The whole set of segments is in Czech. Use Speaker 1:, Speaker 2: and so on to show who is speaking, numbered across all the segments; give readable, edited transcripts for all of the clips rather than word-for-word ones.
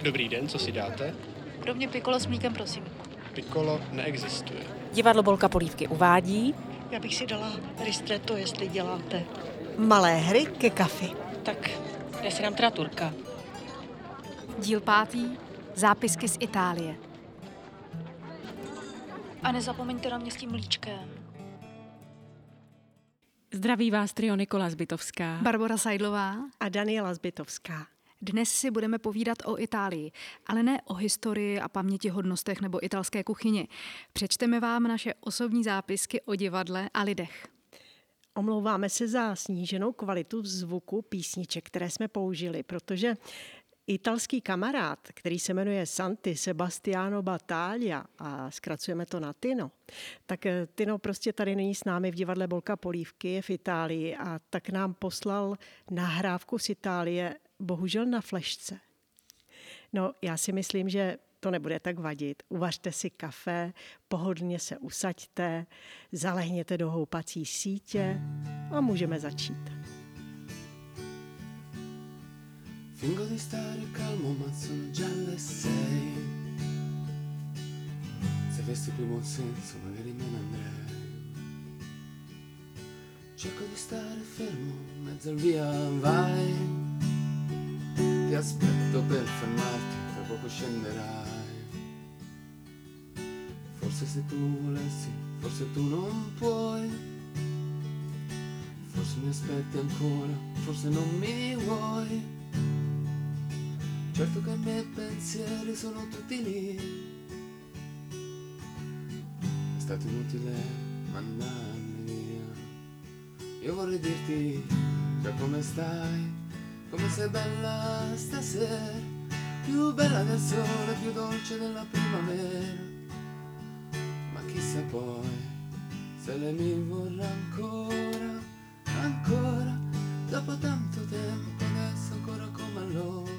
Speaker 1: Dobrý den, co si dáte?
Speaker 2: Pro mě piccolo s mlíkem, prosím.
Speaker 1: Piccolo neexistuje.
Speaker 3: Divadlo Bolka Polívky uvádí
Speaker 2: Já bych si dala ristretto, jestli děláte.
Speaker 4: Malé hry ke kafi.
Speaker 5: Tak, já si dám teda Turka.
Speaker 6: Díl 5. Zápisky z Itálie.
Speaker 2: A nezapomeňte na mě s tím mlíčkem.
Speaker 5: Zdraví vás trio Nikola Zbytovská.
Speaker 6: Barbora Seidlová.
Speaker 4: A Daniela Zbytovská.
Speaker 6: Dnes si budeme povídat o Itálii, ale ne o historii a pamětihodnostech nebo italské kuchyni. Přečteme vám naše osobní zápisky o divadle a lidech.
Speaker 4: Omlouváme se za sníženou kvalitu zvuku písniček, které jsme použili, protože italský kamarád, který se jmenuje Santi Sebastiano Battaglia a zkracujeme to na Tino, tak Tino prostě tady není s námi v divadle Bolka Polívky, je v Itálii a tak nám poslal nahrávku z Itálie, bohužel na flešce. No, já si myslím, že to nebude tak vadit. Uvařte si kafe, pohodlně se usaďte, zalehněte do houpací sítě a můžeme začít.
Speaker 7: Fingo di stare calmo ma sono già le 6. Se avessi più buon senso magari me ne andrei. Cerco di stare fermo in mezzo al via vai. Ti aspetto per fermarti, tra poco scenderai. Forse se tu volessi, forse tu non puoi. Forse mi aspetti ancora, forse non mi vuoi. Certo che i miei pensieri sono tutti lì. È stato inutile mandarmi via. Io vorrei dirti già come stai, come sei bella stasera, più bella del sole, più dolce della primavera. Ma chissà poi se lei mi vorrà ancora, ancora, dopo tanto tempo, adesso ancora come allora.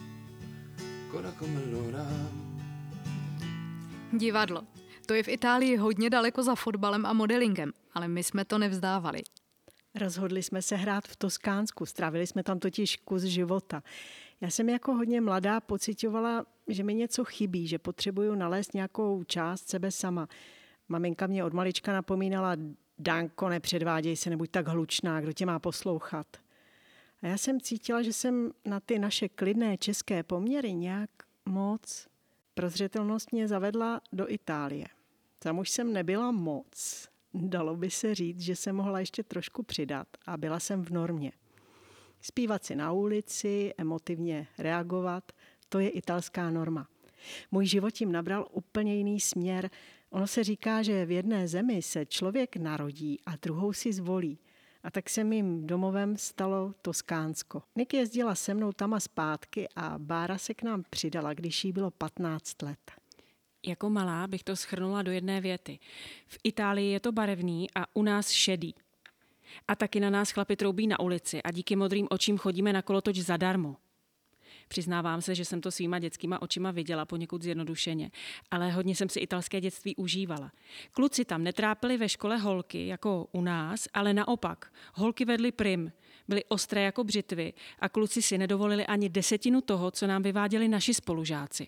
Speaker 6: Divadlo. To je v Itálii hodně daleko za fotbalem a modelingem, ale my jsme to nevzdávali.
Speaker 4: Rozhodli jsme se hrát v Toskánsku, strávili jsme tam totiž kus života. Já jsem jako hodně mladá pociťovala, že mi něco chybí, že potřebuju nalézt nějakou část sebe sama. Maminka mě od malička napomínala, Danko, nepředváděj se, nebuď tak hlučná, kdo tě má poslouchat. A já jsem cítila, že jsem na ty naše klidné české poměry nějak moc. Prozřetelnost mě zavedla do Itálie. Tam už jsem nebyla moc. Dalo by se říct, že jsem mohla ještě trošku přidat a byla jsem v normě. Zpívat si na ulici, emotivně reagovat, to je italská norma. Můj život tím nabral úplně jiný směr. Ono se říká, že v jedné zemi se člověk narodí a druhou si zvolí. A tak se mým domovem stalo Toskánsko. Nick jezdila se mnou tam a zpátky a Bára se k nám přidala, když jí bylo 15 let.
Speaker 5: Jako malá bych to shrnula do jedné věty. V Itálii je to barevný a u nás šedý. A taky na nás chlapi troubí na ulici a díky modrým očím chodíme na kolotoč zadarmo. Přiznávám se, že jsem to svýma dětskýma očima viděla poněkud zjednodušeně, ale hodně jsem si italské dětství užívala. Kluci tam netrápili ve škole holky, jako u nás, ale naopak. Holky vedly prim, byly ostré jako břitvy a kluci si nedovolili ani 1/10 toho, co nám vyváděli naši spolužáci.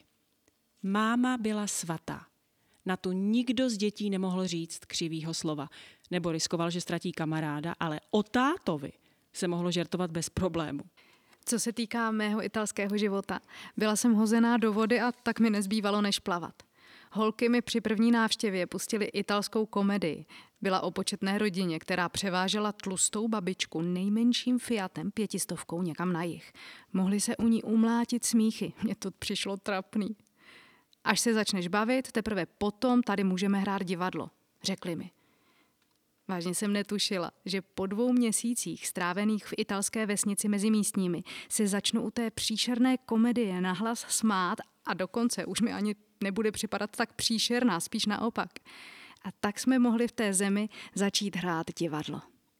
Speaker 5: Máma byla svatá. Na tu nikdo z dětí nemohl říct křivýho slova, nebo riskoval, že ztratí kamaráda, ale o tátovi se mohlo žertovat bez problému.
Speaker 6: Co se týká mého italského života, byla jsem hozená do vody a tak mi nezbývalo než plavat. Holky mi při první návštěvě pustili italskou komedii. Byla o početné rodině, která převážela tlustou babičku nejmenším Fiatem 500 někam na jih. Mohli se u ní umlátit smíchy, mně to přišlo trapný. Až se začneš bavit, teprve potom tady můžeme hrát divadlo, řekli mi. Vážně jsem netušila, že po 2 měsících strávených v italské vesnici mezi místními se začnu u té příšerné komedie nahlas smát a dokonce už mi ani nebude připadat tak příšerná, spíš naopak. A tak jsme mohli v té zemi začít hrát divadlo.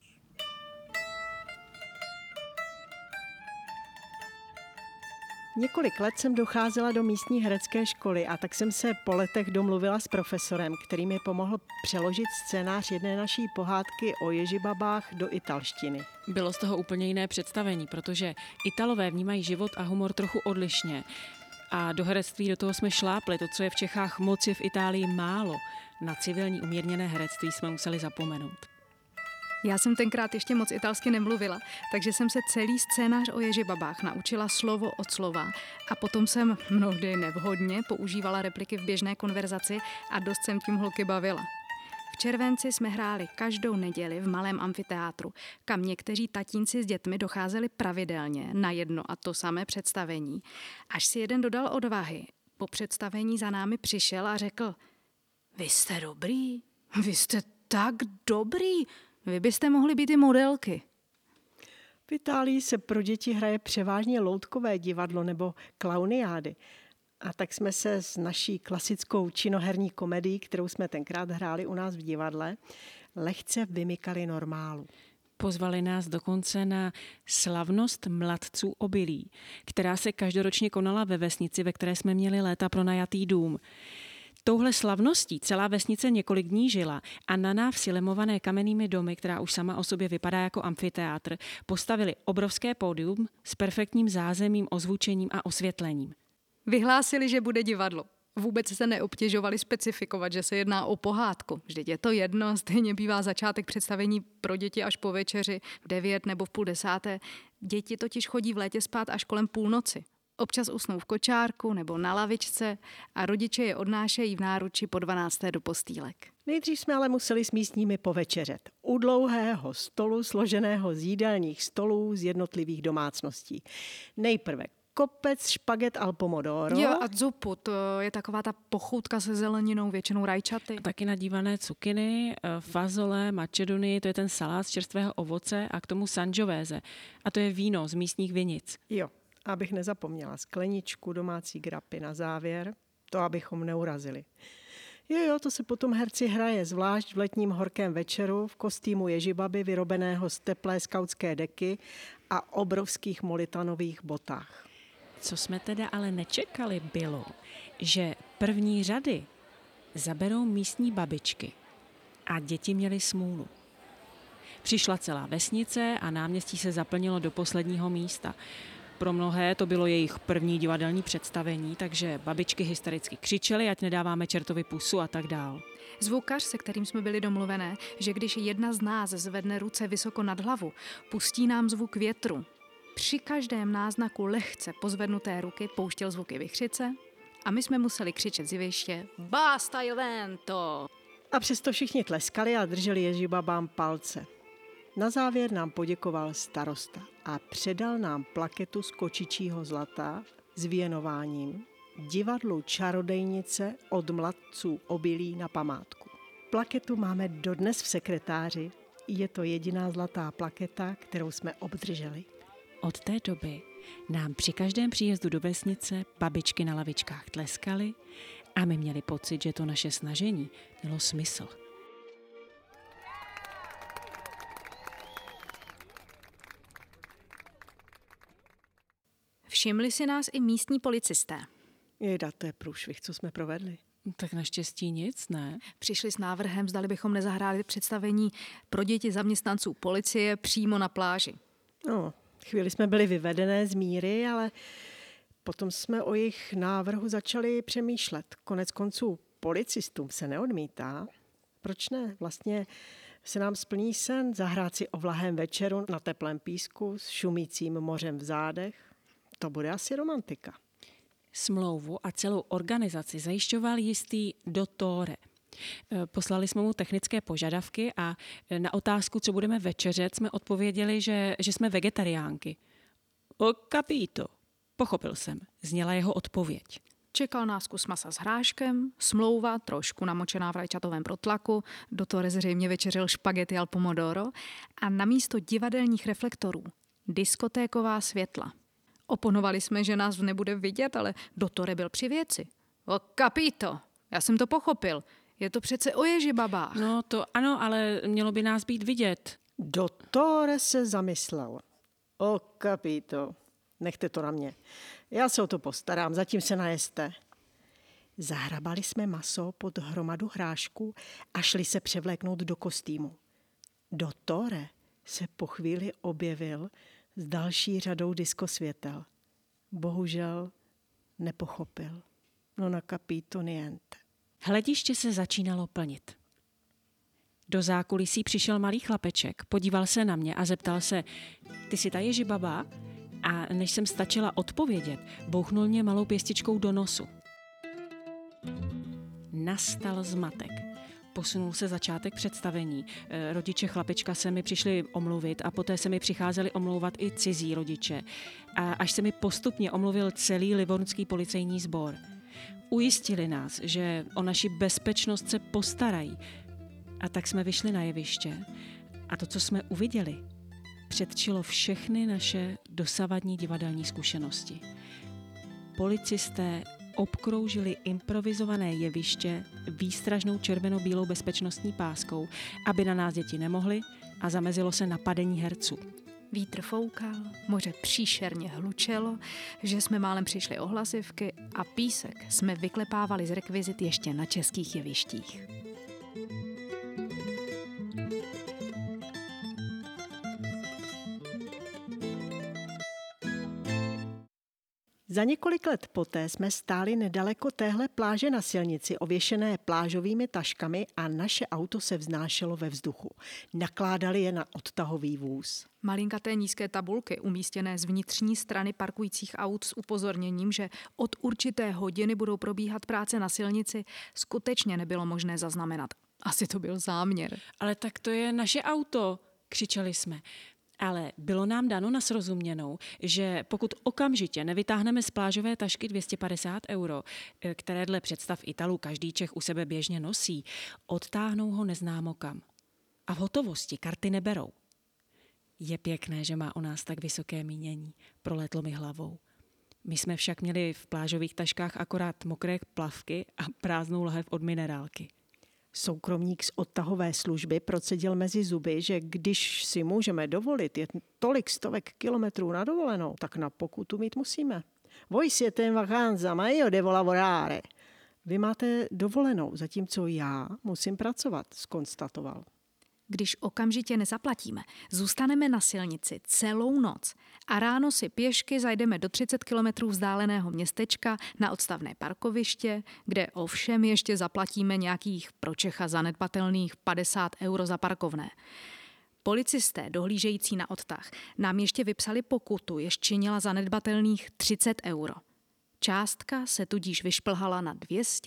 Speaker 4: Několik let jsem docházela do místní herecké školy a tak jsem se po letech domluvila s profesorem, který mi pomohl přeložit scénář jedné naší pohádky o Ježibabách do italštiny.
Speaker 5: Bylo z toho úplně jiné představení, protože Italové vnímají život a humor trochu odlišně. A do herectví do toho jsme šlápli. To, co je v Čechách moc, je v Itálii málo. Na civilní umírněné herectví jsme museli zapomenout.
Speaker 6: Já jsem tenkrát ještě moc italsky nemluvila, takže jsem se celý scénář o Ježibabách naučila slovo od slova a potom jsem mnohdy nevhodně používala repliky v běžné konverzaci a dost jsem tím holky bavila. V červenci jsme hráli každou neděli v malém amfiteátru, kam někteří tatínci s dětmi docházeli pravidelně na jedno a to samé představení. Až si jeden dodal odvahy. Po představení za námi přišel a řekl: "Vy jste dobrý, vy jste tak dobrý, vy byste mohli být i modelky."
Speaker 4: V Itálii se pro děti hraje převážně loutkové divadlo nebo klauniády. A tak jsme se s naší klasickou činoherní komedií, kterou jsme tenkrát hráli u nás v divadle, lehce vymykali normálu.
Speaker 5: Pozvali nás dokonce na slavnost mladců obilí, která se každoročně konala ve vesnici, ve které jsme měli léta pronajatý dům. Touhle slavností celá vesnice několik dní žila a na návsi lemované kamennými domy, která už sama o sobě vypadá jako amfiteátr, postavili obrovské pódium s perfektním zázemím, ozvučením a osvětlením.
Speaker 6: Vyhlásili, že bude divadlo. Vůbec se neobtěžovali specifikovat, že se jedná o pohádku. Vždyť je to jedno, stejně bývá začátek představení pro děti až po večeři v 9 nebo v 9:30. Děti totiž chodí v létě spát až kolem půlnoci. Občas usnou v kočárku nebo na lavičce a rodiče je odnášejí v náruči po 12. do postýlek.
Speaker 4: Nejdřív jsme ale museli s místními povečeřet. U dlouhého stolu, složeného z jídelních stolů z jednotlivých domácností. Nejprve kopec špaget al pomodoro.
Speaker 6: Jo, a zupu, to je taková ta pochůtka se zeleninou, většinou rajčaty.
Speaker 5: A taky nadívané cukiny, fazole, mačedony, to je ten salát z čerstvého ovoce a k tomu sangiovese. A to je víno z místních vinic.
Speaker 4: Jo, abych nezapomněla, skleničku domácí grapy na závěr, to abychom neurazili. Jo, to se potom herci hraje, zvlášť v letním horkém večeru v kostýmu Ježibaby vyrobeného z teplé skautské deky a obrovských molitanových botách.
Speaker 5: Co jsme teda ale nečekali, bylo, že první řady zaberou místní babičky a děti měly smůlu. Přišla celá vesnice a náměstí se zaplnilo do posledního místa. Pro mnohé to bylo jejich první divadelní představení, takže babičky hystericky křičely, ať nedáváme čertovi pusu a tak dál.
Speaker 6: Zvukař, se kterým jsme byli domluvené, že když jedna z nás zvedne ruce vysoko nad hlavu, pustí nám zvuk větru. Při každém náznaku lehce pozvednuté ruky pouštěl zvuky vichřice a my jsme museli křičet z jeviště Basta il vento!
Speaker 4: A přesto všichni tleskali a drželi Ježibabám palce. Na závěr nám poděkoval starosta a předal nám plaketu z kočičího zlata s věnováním divadlu Čarodejnice od mladců obilí na památku. Plaketu máme dodnes v sekretáři. Je to jediná zlatá plaketa, kterou jsme obdrželi.
Speaker 5: Od té doby nám při každém příjezdu do vesnice babičky na lavičkách tleskaly a my měli pocit, že to naše snažení mělo smysl.
Speaker 6: Všimli si nás i místní policisté.
Speaker 4: Jejda, to je průšvih, co jsme provedli.
Speaker 5: Tak naštěstí nic, ne?
Speaker 6: Přišli s návrhem, zdali bychom nezahráli představení pro děti zaměstnanců policie přímo na pláži.
Speaker 4: No, chvíli jsme byli vyvedené z míry, ale potom jsme o jejich návrhu začali přemýšlet. Konec konců policistům se neodmítá. Proč ne? Vlastně se nám splní sen zahrát si o vlahém večeru na teplém písku s šumícím mořem v zádech. To bude asi romantika.
Speaker 5: Smlouvu a celou organizaci zajišťoval jistý dottore. Poslali jsme mu technické požadavky a na otázku, co budeme večeřet, jsme odpověděli, že jsme vegetariánky. O capito, pochopil jsem, zněla jeho odpověď.
Speaker 6: Čekal nás kus masa s hráškem, smlouva, trošku namočená v rajčatovém protlaku, dottore zřejmě večeřil špagety al pomodoro a namísto divadelních reflektorů diskotéková světla. Oponovali jsme, že nás nebude vidět, ale dottore byl při věci. O capito, já jsem to pochopil. Je to přece o Ježibabách.
Speaker 5: No to ano, ale mělo by nás být vidět.
Speaker 4: Dottore se zamyslel. O capito, nechte to na mě. Já se o to postarám, zatím se najeste. Zahrabali jsme maso pod hromadu hrášku a šli se převléknout do kostýmu. Dottore se po chvíli objevil s další řadou diskosvětel. Bohužel Nepochopil. No na capito niente.
Speaker 5: Hlediště se začínalo plnit. Do zákulisí přišel malý chlapeček, podíval se na mě a zeptal se, ty jsi ta Ježibaba? A než jsem stačila odpovědět, bouchnul mě malou pěstičkou do nosu. Nastal zmatek. Posunul se začátek představení. Rodiče chlapečka se mi přišli omluvit a poté se mi přicházeli omlouvat i cizí rodiče. A až se mi postupně omluvil celý livornský policejní sbor. Ujistili nás, že o naši bezpečnost se postarají. A tak jsme vyšli na jeviště. A to, co jsme uviděli, předčilo všechny naše dosavadní divadelní zkušenosti. Policisté obkroužili improvizované jeviště výstražnou červeno-bílou bezpečnostní páskou, aby na nás děti nemohly, a zamezilo se napadení herců.
Speaker 6: Vítr foukal, moře příšerně hlučelo, že jsme málem přišli o hlasivky a písek jsme vyklepávali z rekvizit ještě na českých jevištích.
Speaker 4: Za několik let poté jsme stáli nedaleko téhle pláže na silnici, ověšené plážovými taškami, a naše auto se vznášelo ve vzduchu. Nakládali je na odtahový vůz.
Speaker 6: Malinkaté nízké tabulky umístěné z vnitřní strany parkujících aut s upozorněním, že od určité hodiny budou probíhat práce na silnici, skutečně nebylo možné zaznamenat. Asi to byl záměr.
Speaker 5: Ale tak to je naše auto, křičeli jsme. Ale bylo nám dáno na srozuměnou, že pokud okamžitě nevytáhneme z plážové tašky 250 €, které dle představ Italů každý Čech u sebe běžně nosí, odtáhnou ho neznámo kam. A v hotovosti karty neberou. Je pěkné, že má o nás tak vysoké mínění, prolétlo mi hlavou. My jsme však měli v plážových taškách akorát mokré plavky a prázdnou lahev od minerálky.
Speaker 4: Soukromník z odtahové služby procedil mezi zuby, že když si můžeme dovolit jet tolik stovek kilometrů na dovolenou, tak na pokutu mít musíme. Voi siete in vacanza, ma io devo lavorare. Vy máte dovolenou, zatímco já musím pracovat, zkonstatoval.
Speaker 6: Když okamžitě nezaplatíme, zůstaneme na silnici celou noc a ráno si pěšky zajdeme do 30 kilometrů vzdáleného městečka na odstavné parkoviště, kde ovšem ještě zaplatíme nějakých pro Čecha zanedbatelných 50 € za parkovné. Policisté dohlížející na odtah nám ještě vypsali pokutu, jež činila zanedbatelných 30 €. Částka se tudíž vyšplhala na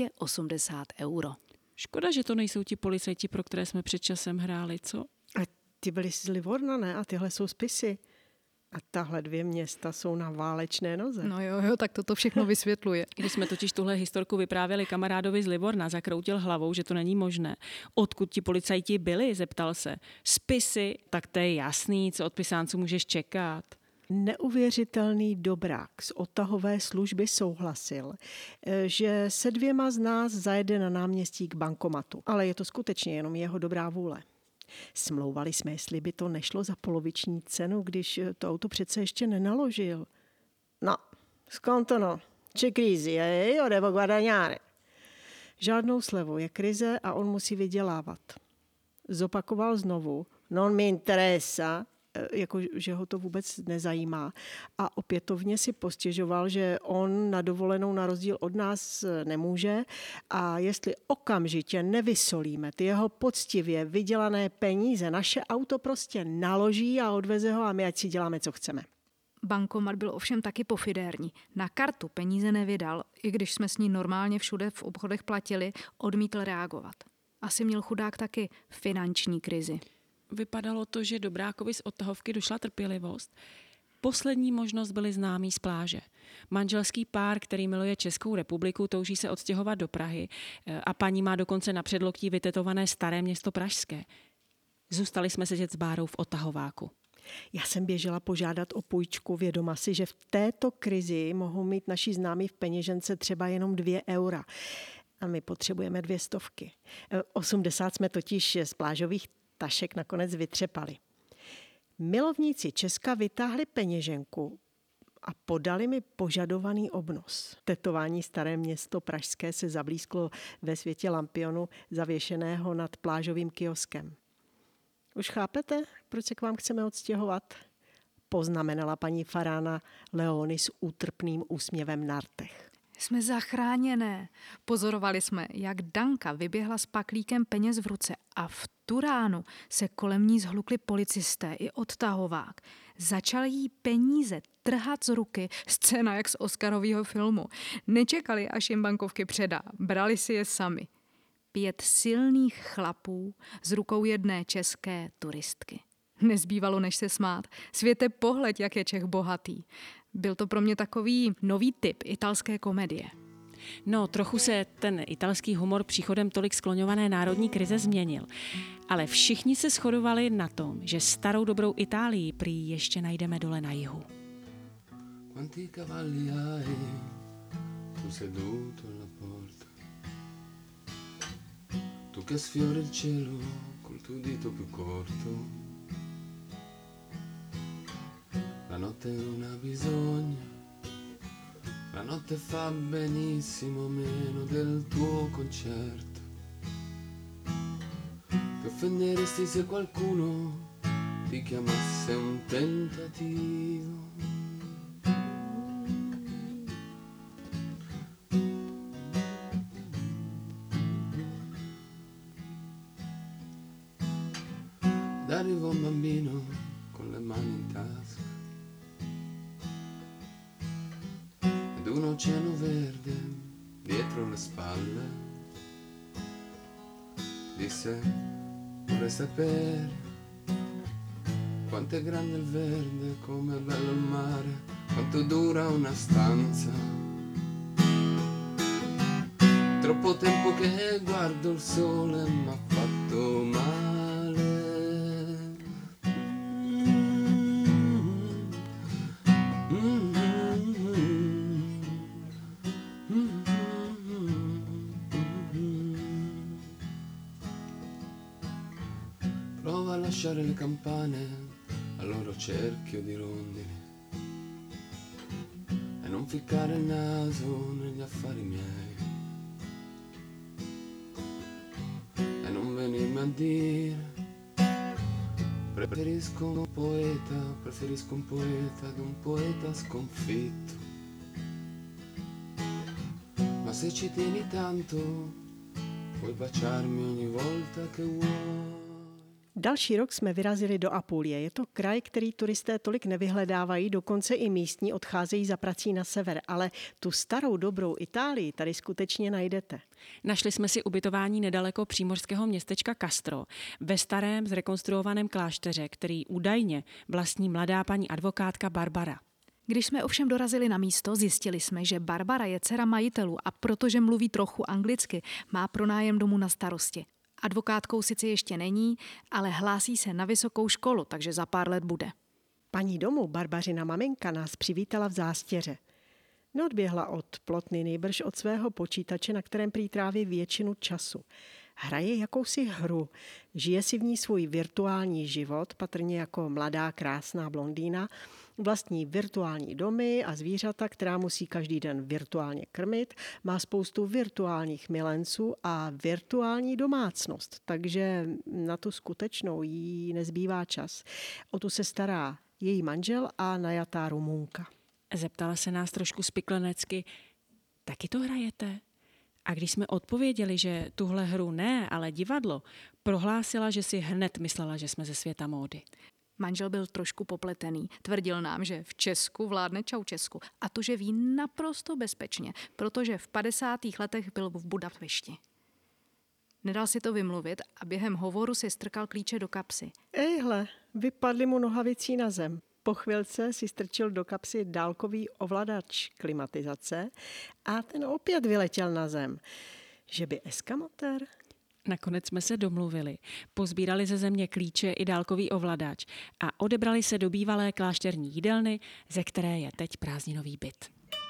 Speaker 6: 280 €.
Speaker 5: Škoda, že to nejsou ti policajti, pro které jsme před časem hráli, co?
Speaker 4: A ty byli z Livorna, ne? A tyhle jsou spisy. A tahle 2 města jsou na válečné noze.
Speaker 6: No jo, tak toto všechno vysvětluje.
Speaker 5: Když jsme totiž tuhle historku vyprávěli kamarádovi z Livorna, zakroutil hlavou, že to není možné. Odkud ti policajti byli, zeptal se. Spisy, tak to je jasný, co od pisánců můžeš čekat.
Speaker 4: Neuvěřitelný dobrák z odtahové služby souhlasil, že se 2 z nás zajede na náměstí k bankomatu. Ale je to skutečně jenom jeho dobrá vůle. Smlouvali jsme, jestli by to nešlo za poloviční cenu, když to auto přece ještě nenaložil. No, sconto no. C'è crisi, io devo guadagnare. Žádnou slevu, je krize a on musí vydělávat. Zopakoval znovu. Non mi interessa, jako že ho to vůbec nezajímá. A opětovně si postěžoval, že on na dovolenou na rozdíl od nás nemůže a jestli okamžitě nevysolíme ty jeho poctivě vydělané peníze, naše auto prostě naloží a odveze ho a my ať si děláme, co chceme.
Speaker 6: Bankomat byl ovšem taky pofidérní. Na kartu peníze nevydal, i když jsme s ní normálně všude v obchodech platili, odmítl reagovat. Asi měl chudák taky finanční krizi.
Speaker 5: Vypadalo to, že Dobrákovi z odtahovky došla trpělivost. Poslední možnost byly známí z pláže. Manželský pár, který miluje Českou republiku, touží se odstěhovat do Prahy a paní má dokonce na předloktí vytetované Staré Město pražské. Zůstali jsme sedět s Bárou v odtahováku.
Speaker 4: Já jsem běžela požádat o půjčku, vědoma si, že v této krizi mohou mít naši známí v peněžence třeba jenom 2 € a my potřebujeme 200. 80 jsme totiž z plážových tašek nakonec vytřepali. Milovníci Česka vytáhli peněženku a podali mi požadovaný obnos. Tetování Staré Město pražské se zablísklo ve světě lampionu zavěšeného nad plážovým kioskem. Už chápete, proč se k vám chceme odstěhovat? Poznamenala paní farána Leony s útrpným úsměvem na rtech.
Speaker 6: Jsme zachráněné. Pozorovali jsme, jak Danka vyběhla s paklíkem peněz v ruce a v tu ránu se kolem ní zhlukli policisté i odtahovák. Začali jí peníze trhat z ruky, scéna jak z Oscarového filmu. Nečekali, až jim bankovky předá, brali si je sami. 5 silných chlapů s rukou jedné české turistky. Nezbývalo, než se smát. Světe, pohleď, jak je Čech bohatý. Byl to pro mě takový nový typ italské komedie.
Speaker 5: No, trochu se ten italský humor příchodem tolik skloňované národní krize změnil. Ale všichni se shodovali na tom, že starou dobrou Itálii prý ještě najdeme dole na jihu.
Speaker 7: Quanti cavalli hai tu seduto alla porta, tu che sfiori il cielo col tuo dito più corto. La notte non ha bisogno, la notte fa benissimo meno del tuo concerto. Ti offenderesti se qualcuno ti chiamasse un tentativo. Arriva un bambino con le mani in tasca ed un oceano verde dietro le spalle. Disse, vorrei sapere quanto è grande il verde, come è bello il mare, quanto dura una stanza. Troppo tempo che guardo il sole m'ha fatto male. Prova a lasciare le campane al loro cerchio di rondini e non ficcare il naso negli affari miei e non venirmi a dire preferisco un poeta ad un poeta sconfitto, ma se ci tieni tanto puoi baciarmi ogni volta che vuoi.
Speaker 4: Další rok jsme vyrazili do Apulie. Je to kraj, který turisté tolik nevyhledávají, dokonce i místní odcházejí za prací na sever, ale tu starou dobrou Itálii tady skutečně najdete.
Speaker 5: Našli jsme si ubytování nedaleko přímořského městečka Castro, ve starém zrekonstruovaném klášteře, který údajně vlastní mladá paní advokátka Barbara.
Speaker 6: Když jsme ovšem dorazili na místo, zjistili jsme, že Barbara je dcera majitelů a protože mluví trochu anglicky, má pronájem domu na starosti. Advokátkou sice ještě není, ale hlásí se na vysokou školu, takže za pár let bude.
Speaker 4: Paní domu, Barbařina maminka, nás přivítala v zástěře. Neodběhla od plotny, nejbrž od svého počítače, na kterém prý tráví většinu času. Hraje jakousi hru, žije si v ní svůj virtuální život, patrně jako mladá krásná blondýna, vlastní virtuální domy a zvířata, která musí každý den virtuálně krmit, má spoustu virtuálních milenců a virtuální domácnost, takže na tu skutečnou jí nezbývá čas. O tu se stará její manžel a najatá Rumunka.
Speaker 5: Zeptala se nás trošku spiklenecky, taky to hrajete? A když jsme odpověděli, že tuhle hru ne, ale divadlo, prohlásila, že si hned myslela, že jsme ze světa módy.
Speaker 6: Manžel byl trošku popletený. Tvrdil nám, že v Česku vládne Čaučesku a to, že ví naprosto bezpečně, protože v 50. letech byl v Budapešti. Nedal si to vymluvit a během hovoru si strkal klíče do kapsy.
Speaker 4: Ejhle, vypadly mu nohavicí na zem. Po chvilce si strčil do kapsy dálkový ovladač klimatizace a ten opět vyletěl na zem. Že by eskamotér?
Speaker 5: Nakonec jsme se domluvili, pozbírali ze země klíče i dálkový ovladač a odebrali se do bývalé klášterní jídelny, ze které je teď prázdninový byt.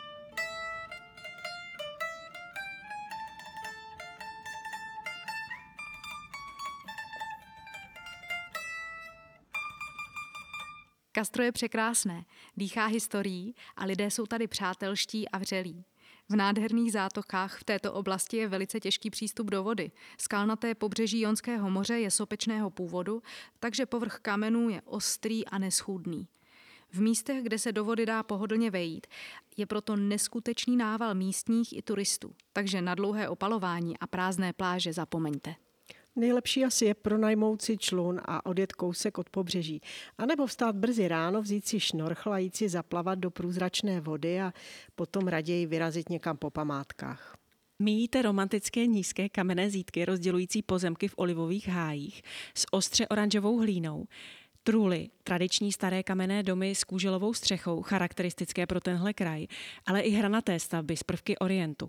Speaker 6: Castro je překrásné, dýchá historií a lidé jsou tady přátelští a vřelí. V nádherných zátokách v této oblasti je velice těžký přístup do vody. Skalnaté pobřeží Jonského moře je sopečného původu, takže povrch kamenů je ostrý a neschůdný. V místech, kde se do vody dá pohodlně vejít, je proto neskutečný nával místních i turistů. Takže na dlouhé opalování a prázdné pláže zapomeňte.
Speaker 4: Nejlepší asi je pronajmout si člun a odjet kousek od pobřeží. A nebo vstát brzy ráno, vzít si šnorchl a jít si zaplavat do průzračné vody a potom raději vyrazit někam po památkách.
Speaker 5: Míjíte romantické nízké kamenné zítky rozdělující pozemky v olivových hájích s ostře oranžovou hlínou, truly, tradiční staré kamenné domy s kůželovou střechou, charakteristické pro tenhle kraj, ale i hranaté stavby z prvky orientu.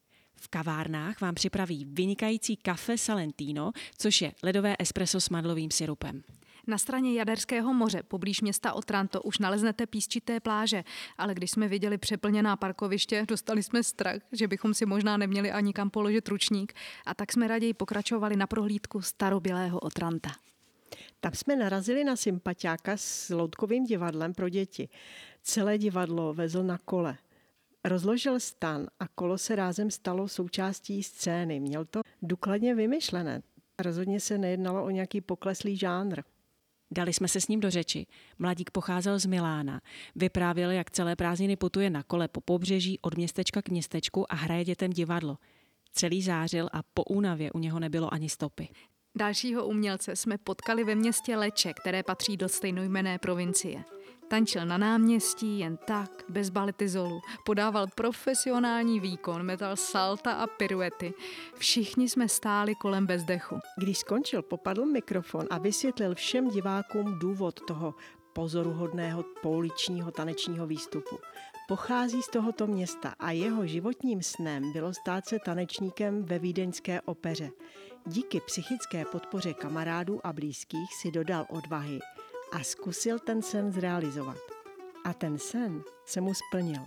Speaker 5: V kavárnách vám připraví vynikající kafe Salentino, což je ledové espresso s mandlovým sirupem.
Speaker 6: Na straně Jaderského moře, poblíž města Otranto, už naleznete písčité pláže, ale když jsme viděli přeplněná parkoviště, dostali jsme strach, že bychom si možná neměli ani kam položit ručník, a tak jsme raději pokračovali na prohlídku starobylého Otranta.
Speaker 4: Tam jsme narazili na sympatiáka s loutkovým divadlem pro děti. Celé divadlo vezl na kole. Rozložil stan a kolo se rázem stalo součástí scény. Měl to důkladně vymyšlené. Rozhodně se nejednalo o nějaký pokleslý žánr.
Speaker 5: Dali jsme se s ním do řeči. Mladík pocházel z Milána. Vyprávěl, jak celé prázdniny putuje na kole po pobřeží od městečka k městečku a hraje dětem divadlo. Celý zářil a po únavě u něho nebylo ani stopy.
Speaker 6: Dalšího umělce jsme potkali ve městě Leče, které patří do stejnojmenné provincie. Tančil na náměstí jen tak, bez baletizolu. Podával profesionální výkon, metal salta a piruety. Všichni jsme stáli kolem bez dechu.
Speaker 4: Když skončil, popadl mikrofon a vysvětlil všem divákům důvod toho pozoruhodného pouličního tanečního výstupu. Pochází z tohoto města a jeho životním snem bylo stát se tanečníkem ve vídeňské opeře. Díky psychické podpoře kamarádů a blízkých si dodal odvahy a zkusil ten sen zrealizovat. A ten sen se mu splnil.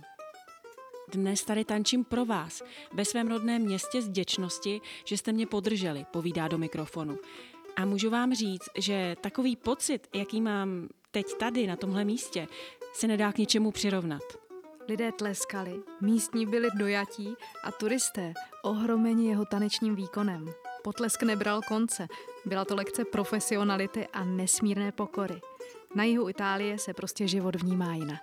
Speaker 5: Dnes tady tančím pro vás, ve svém rodném městě z vděčnosti, že jste mě podrželi, povídá do mikrofonu. A můžu vám říct, že takový pocit, jaký mám teď tady na tomhle místě, se nedá k ničemu přirovnat.
Speaker 6: Lidé tleskali, místní byli dojatí a turisté ohromeni jeho tanečním výkonem. Potlesk nebral konce, byla to lekce profesionality a nesmírné pokory. Na jihu Itálie se prostě život vnímá jinak.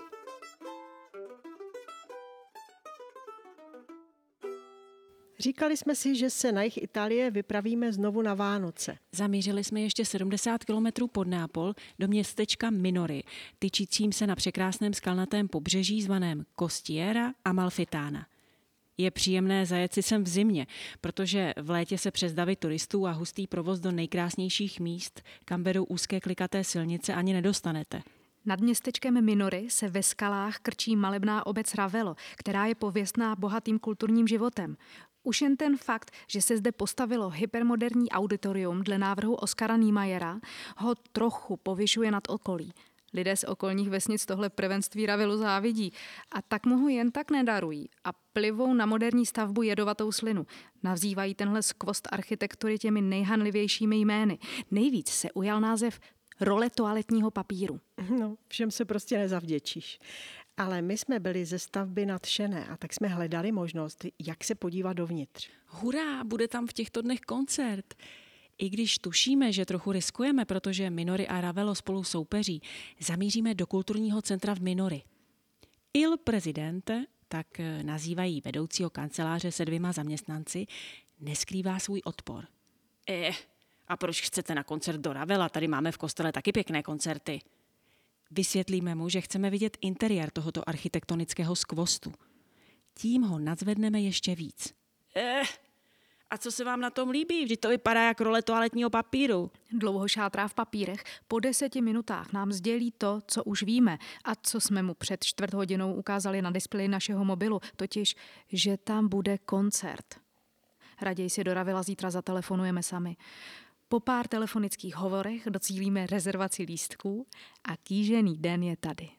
Speaker 4: Říkali jsme si, že se na jih Itálie vypravíme znovu na Vánoce.
Speaker 5: Zamířili jsme ještě 70 kilometrů pod Nápol do městečka Minori, tyčícím se na překrásném skalnatém pobřeží zvaném Costiera Amalfitana. Je příjemné zajet si sem v zimě, protože v létě se přes davy turistů a hustý provoz do nejkrásnějších míst, kam vedou úzké klikaté silnice, ani nedostanete.
Speaker 6: Nad městečkem Minori se ve skalách krčí malebná obec Ravello, která je pověstná bohatým kulturním životem. Už jen ten fakt, že se zde postavilo hypermoderní auditorium dle návrhu Oskara Niemeyera, ho trochu povyšuje nad okolí. Lidé z okolních vesnic tohle prvenství Ravellu závidí a tak mu ho jen tak nedarují a plivou na moderní stavbu jedovatou slinu. Navzývají tenhle skvost architektury těmi nejhanlivějšími jmény. Nejvíc se ujal název role toaletního papíru.
Speaker 4: No, všem se prostě nezavděčíš. Ale my jsme byli ze stavby nadšené a tak jsme hledali možnost, jak se podívat dovnitř.
Speaker 5: Hurá, bude tam v těchto dnech koncert. I když tušíme, že trochu riskujeme, protože Minori a Ravello spolu soupeří, zamíříme do kulturního centra v Minori. Il Presidente, tak nazývají vedoucího kanceláře se 2 zaměstnanci, neskrývá svůj odpor. A proč chcete na koncert do Ravella? Tady máme v kostele taky pěkné koncerty. Vysvětlíme mu, že chceme vidět interiér tohoto architektonického skvostu. Tím ho nadzvedneme ještě víc. A co se vám na tom líbí? Vždyť to vypadá jak role toaletního papíru.
Speaker 6: Dlouho šátrá v papírech. Po 10 minutách nám sdělí to, co už víme a co jsme mu před 4 hodinou ukázali na displeji našeho mobilu, totiž, že tam bude koncert. Raději si do Ravella zítra zatelefonujeme sami. Po pár telefonických hovorech docílíme rezervaci lístků a kýžený den je tady.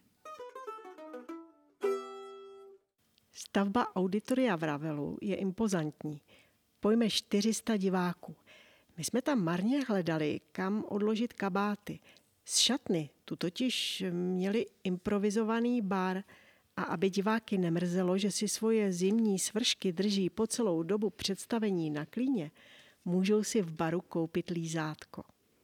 Speaker 4: Stavba auditoria v Ravellu je impozantní. Pojme 400 diváků. My jsme tam marně hledali, kam odložit kabáty. Z šatny tu totiž měli improvizovaný bar a aby diváky nemrzelo, že si svoje zimní svršky drží po celou dobu představení na klíně, můžou si v baru koupit lízátko.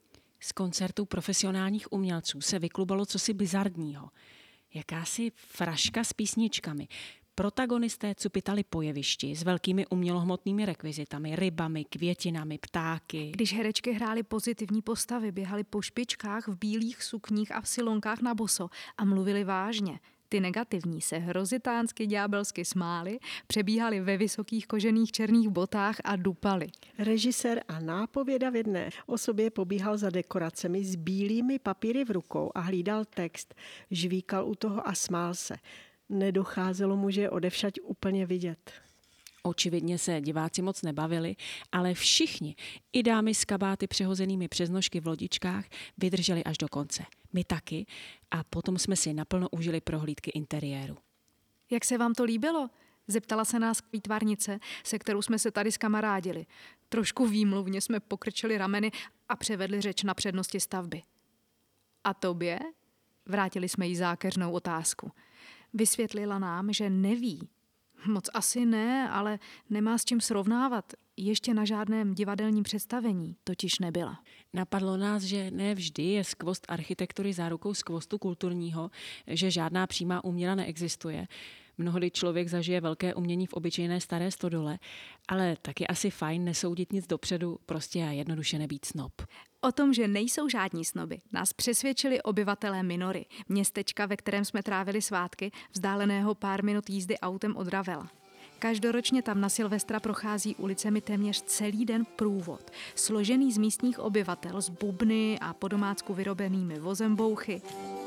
Speaker 5: Z koncertů profesionálních umělců se vyklubalo cosi bizardního. Jakási fraška s písničkami. Protagonisté cupitali po jevišti s velkými umělohmotnými rekvizitami, rybami, květinami, ptáky.
Speaker 6: Když herečky hrály pozitivní postavy, běhaly po špičkách v bílých sukních a v silonkách na boso a mluvili vážně. Ty negativní se hrozitánsky ďábelsky smály, přebíhali ve vysokých kožených černých botách a dupali.
Speaker 4: Režisér a nápověda v jedné osobě pobíhal za dekoracemi s bílými papíry v rukou a hlídal text. Žvíkal u toho a smál se. Nedocházelo mu, že je odevšať úplně vidět.
Speaker 5: Očividně se diváci moc nebavili, ale všichni, i dámy s kabáty přehozenými přes nožky v lodičkách, vydrželi až do konce. My taky a potom jsme si naplno užili prohlídky interiéru.
Speaker 6: Jak se vám to líbilo? Zeptala se nás výtvarnice, se kterou jsme se tady skamarádili. Trošku výmluvně jsme pokrčili rameny a převedli řeč na přednosti stavby. A tobě? Vrátili jsme jí zákeřnou otázku. Vysvětlila nám, že neví. Moc asi ne, ale nemá s čím srovnávat. Ještě na žádném divadelním představení totiž nebyla.
Speaker 5: Napadlo nás, že ne vždy je skvost architektury zárukou skvostu kulturního, že žádná přímá úměra neexistuje. Mnohdy člověk zažije velké umění v obyčejné staré stodole, ale taky asi fajn nesoudit nic dopředu, prostě a jednoduše nebýt snob.
Speaker 6: O tom, že nejsou žádní snoby, nás přesvědčili obyvatelé Minory, městečka, ve kterém jsme trávili svátky, vzdáleného pár minut jízdy autem od Ravela. Každoročně tam na Silvestra prochází ulicemi téměř celý den průvod, složený z místních obyvatel s bubny a po domácku vyrobenými vozembouchy.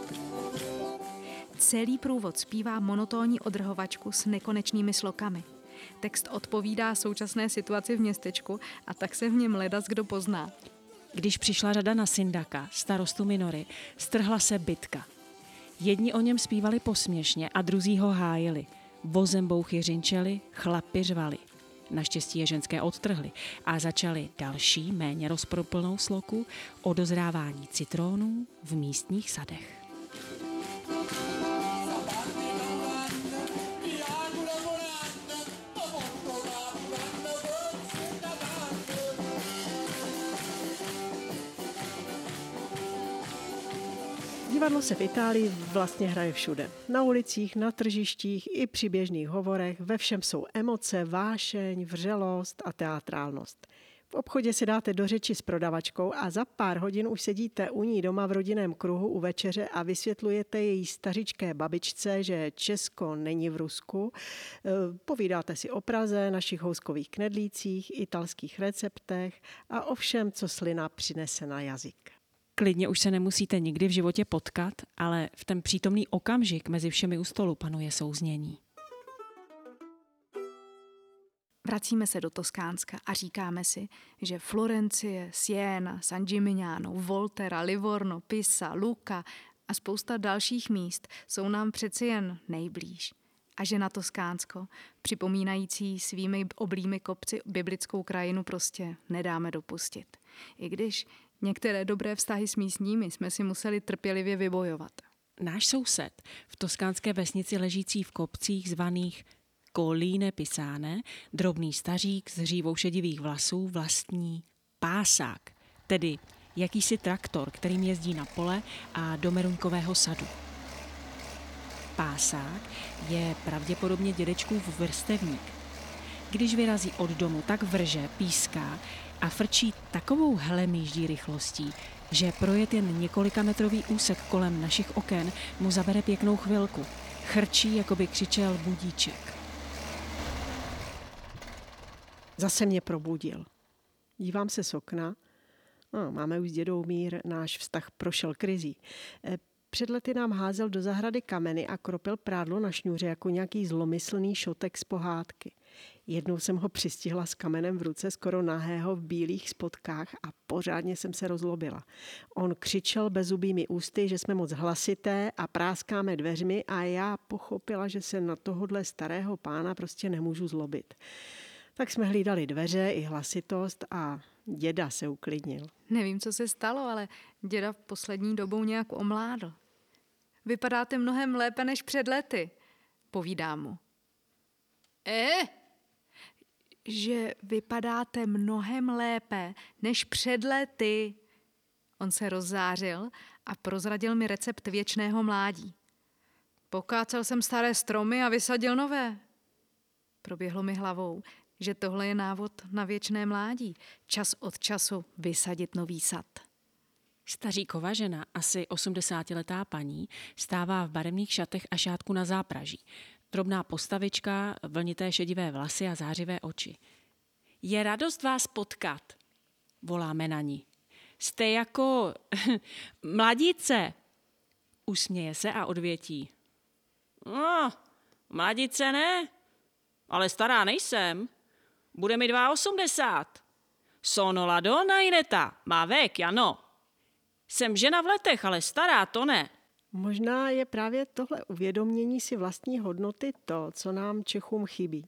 Speaker 6: Celý průvod zpívá monotónní odrhovačku s nekonečnými slokami. Text odpovídá současné situaci v městečku a tak se v něm ledas kdo pozná.
Speaker 5: Když přišla řada na Syndaka, starostu Minory, strhla se bitka. Jedni o něm zpívali posměšně a druzí ho hájili. Vozembouchy řinčeli, chlapi řvali. Naštěstí je ženské odtrhly a začaly další, méně rozporuplnou sloku o dozrávání citrónů v místních sadech.
Speaker 4: Divadlo se v Itálii vlastně hraje všude. Na ulicích, na tržištích i při běžných hovorech, ve všem jsou emoce, vášeň, vřelost a teatrálnost. V obchodě si dáte do řeči s prodavačkou a za pár hodin už sedíte u ní doma v rodinném kruhu u večeře a vysvětlujete její stařičké babičce, že Česko není v Rusku. Povídáte si o Praze, našich houskových knedlících, italských receptech a o všem, co slina přinese na jazyk.
Speaker 5: Klidně už se nemusíte nikdy v životě potkat, ale v ten přítomný okamžik mezi všemi u stolu panuje souznění.
Speaker 6: Vracíme se do Toskánska a říkáme si, že Florencie, Siena, San Gimignano, Volterra, Livorno, Pisa, Lucca a spousta dalších míst jsou nám přeci jen nejblíž. A že na Toskánsko, připomínající svými oblými kopci biblickou krajinu, prostě nedáme dopustit. I když některé dobré vztahy s místními jsme si museli trpělivě vybojovat.
Speaker 5: Náš soused v toskánské vesnici ležící v kopcích zvaných Colline Pisane, drobný stařík s hřívou šedivých vlasů, vlastní pásák, tedy jakýsi traktor, kterým jezdí na pole a do meruňkového sadu. Pásák je pravděpodobně dědečkův vrstevník. Když vyrazí od domu, tak vrže, píská a frčí takovou hlemýždí rychlostí, že projet jen několikametrový úsek kolem našich oken mu zabere pěknou chvilku. Chrčí, jako by křičel budíček.
Speaker 4: Zase mě probudil. Dívám se z okna. Máme už s dědou mír, náš vztah prošel krizí. Před lety nám házel do zahrady kameny a kropil prádlo na šňůře jako nějaký zlomyslný šotek z pohádky. Jednou jsem ho přistihla s kamenem v ruce, skoro nahého v bílých spodkách a pořádně jsem se rozlobila. On křičel bezzubými ústy, že jsme moc hlasité a práskáme dveřmi a já pochopila, že se na tohodle starého pána prostě nemůžu zlobit. Tak jsme hlídali dveře i hlasitost a děda se uklidnil.
Speaker 6: Nevím, co se stalo, ale děda v poslední dobou nějak omládl. Vypadáte mnohem lépe než před lety, povídám mu. Že vypadáte mnohem lépe než před lety, On se rozzářil a prozradil mi recept věčného mládí. Pokácel jsem staré stromy a vysadil nové. Proběhlo mi hlavou, že tohle je návod na věčné mládí. Čas od času vysadit nový sad.
Speaker 5: Staříkova žena, asi 80letá paní, stává v barevných šatech a šátku na zápraží. Drobná postavička, vlnité šedivé vlasy a zářivé oči. Je radost vás potkat, voláme na ní. Jste jako mladíce. Usměje se a odvětí. No, mladíce ne, ale stará nejsem. Bude mi 82. Sono la donna in età, ma vecchia no. Jsem žena v letech, ale stará to ne.
Speaker 4: Možná je právě tohle uvědomění si vlastní hodnoty to, co nám Čechům chybí.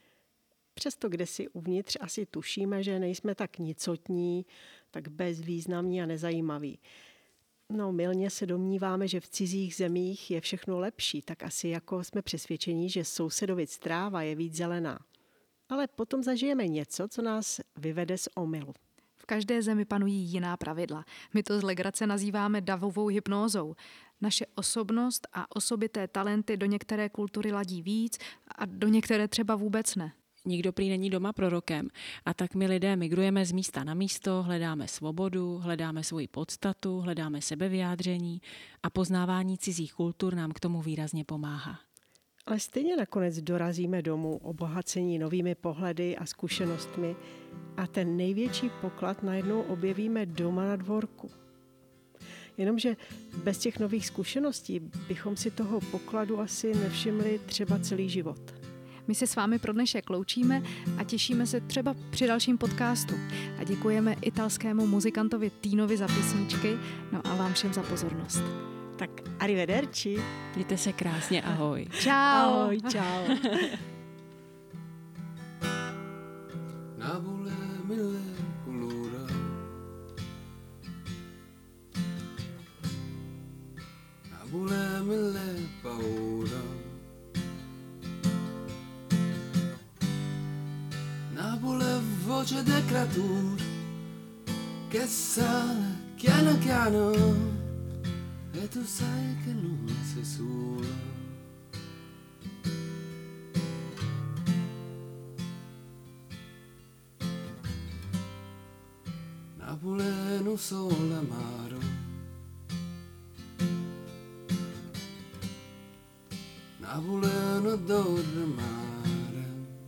Speaker 4: Přesto kdesi uvnitř asi tušíme, že nejsme tak nicotní, tak bezvýznamní a nezajímaví. No, mylně se domníváme, že v cizích zemích je všechno lepší, tak asi jako jsme přesvědčení, že sousedovic tráva je víc zelená. Ale potom zažijeme něco, co nás vyvede z omylu.
Speaker 6: V každé zemi panují jiná pravidla. My to z legrace nazýváme davovou hypnózou. Naše osobnost a osobité talenty do některé kultury ladí víc a do některé třeba vůbec ne.
Speaker 5: Nikdo prý není doma prorokem a tak my lidé migrujeme z místa na místo, hledáme svobodu, hledáme svoji podstatu, hledáme sebevyjádření a poznávání cizích kultur nám k tomu výrazně pomáhá.
Speaker 4: Ale stejně nakonec dorazíme domů obohacení novými pohledy a zkušenostmi a ten největší poklad najednou objevíme doma na dvorku. Jenomže bez těch nových zkušeností bychom si toho pokladu asi nevšimli třeba celý život.
Speaker 6: My se s vámi pro dnešek loučíme a těšíme se třeba při dalším podcastu. A děkujeme italskému muzikantovi Týnovi za písničky, no a vám všem za pozornost.
Speaker 4: Tak arrivederci.
Speaker 5: Mějte se krásně, ahoj.
Speaker 6: Čau.
Speaker 4: Ahoj, čau.
Speaker 7: Napoli mille colora. Napoli mille paura. Napoli voce de creatura che sale piano piano e tu sai che non sei sola. Napoli è un sole amaro. Napoli è un odore mare.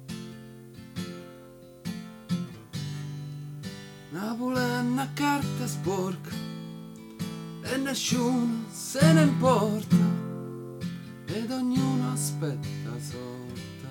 Speaker 7: Napoli è una carta sporca e nessuno se ne importa ed ognuno aspetta sorta.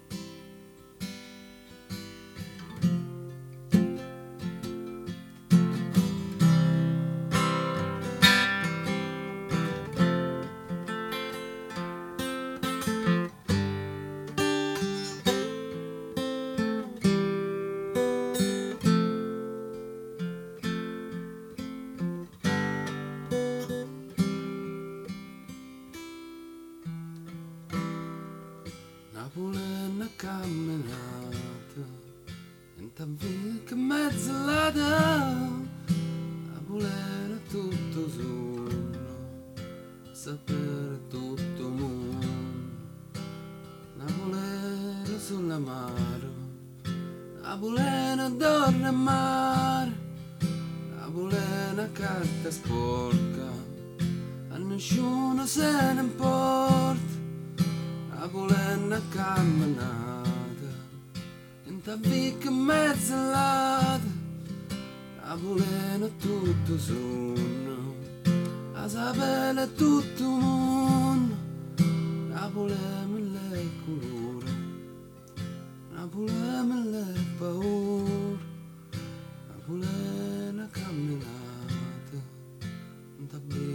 Speaker 7: Napoli è una camminata in tanto mezz'alata. Napoli era tutto solo, sapere tutto il mondo. Napoli era sull'amaro, Napoli è una donna mare. Napoli è una carta sporca, a nessuno se ne importa. Napoli è una camminata in tanto mezz'alata. Napoli è tutto sonno, a sapere tutto il mondo. Napoli è mille colori, Napoli è mille paure. Napoli è una camminata in tanto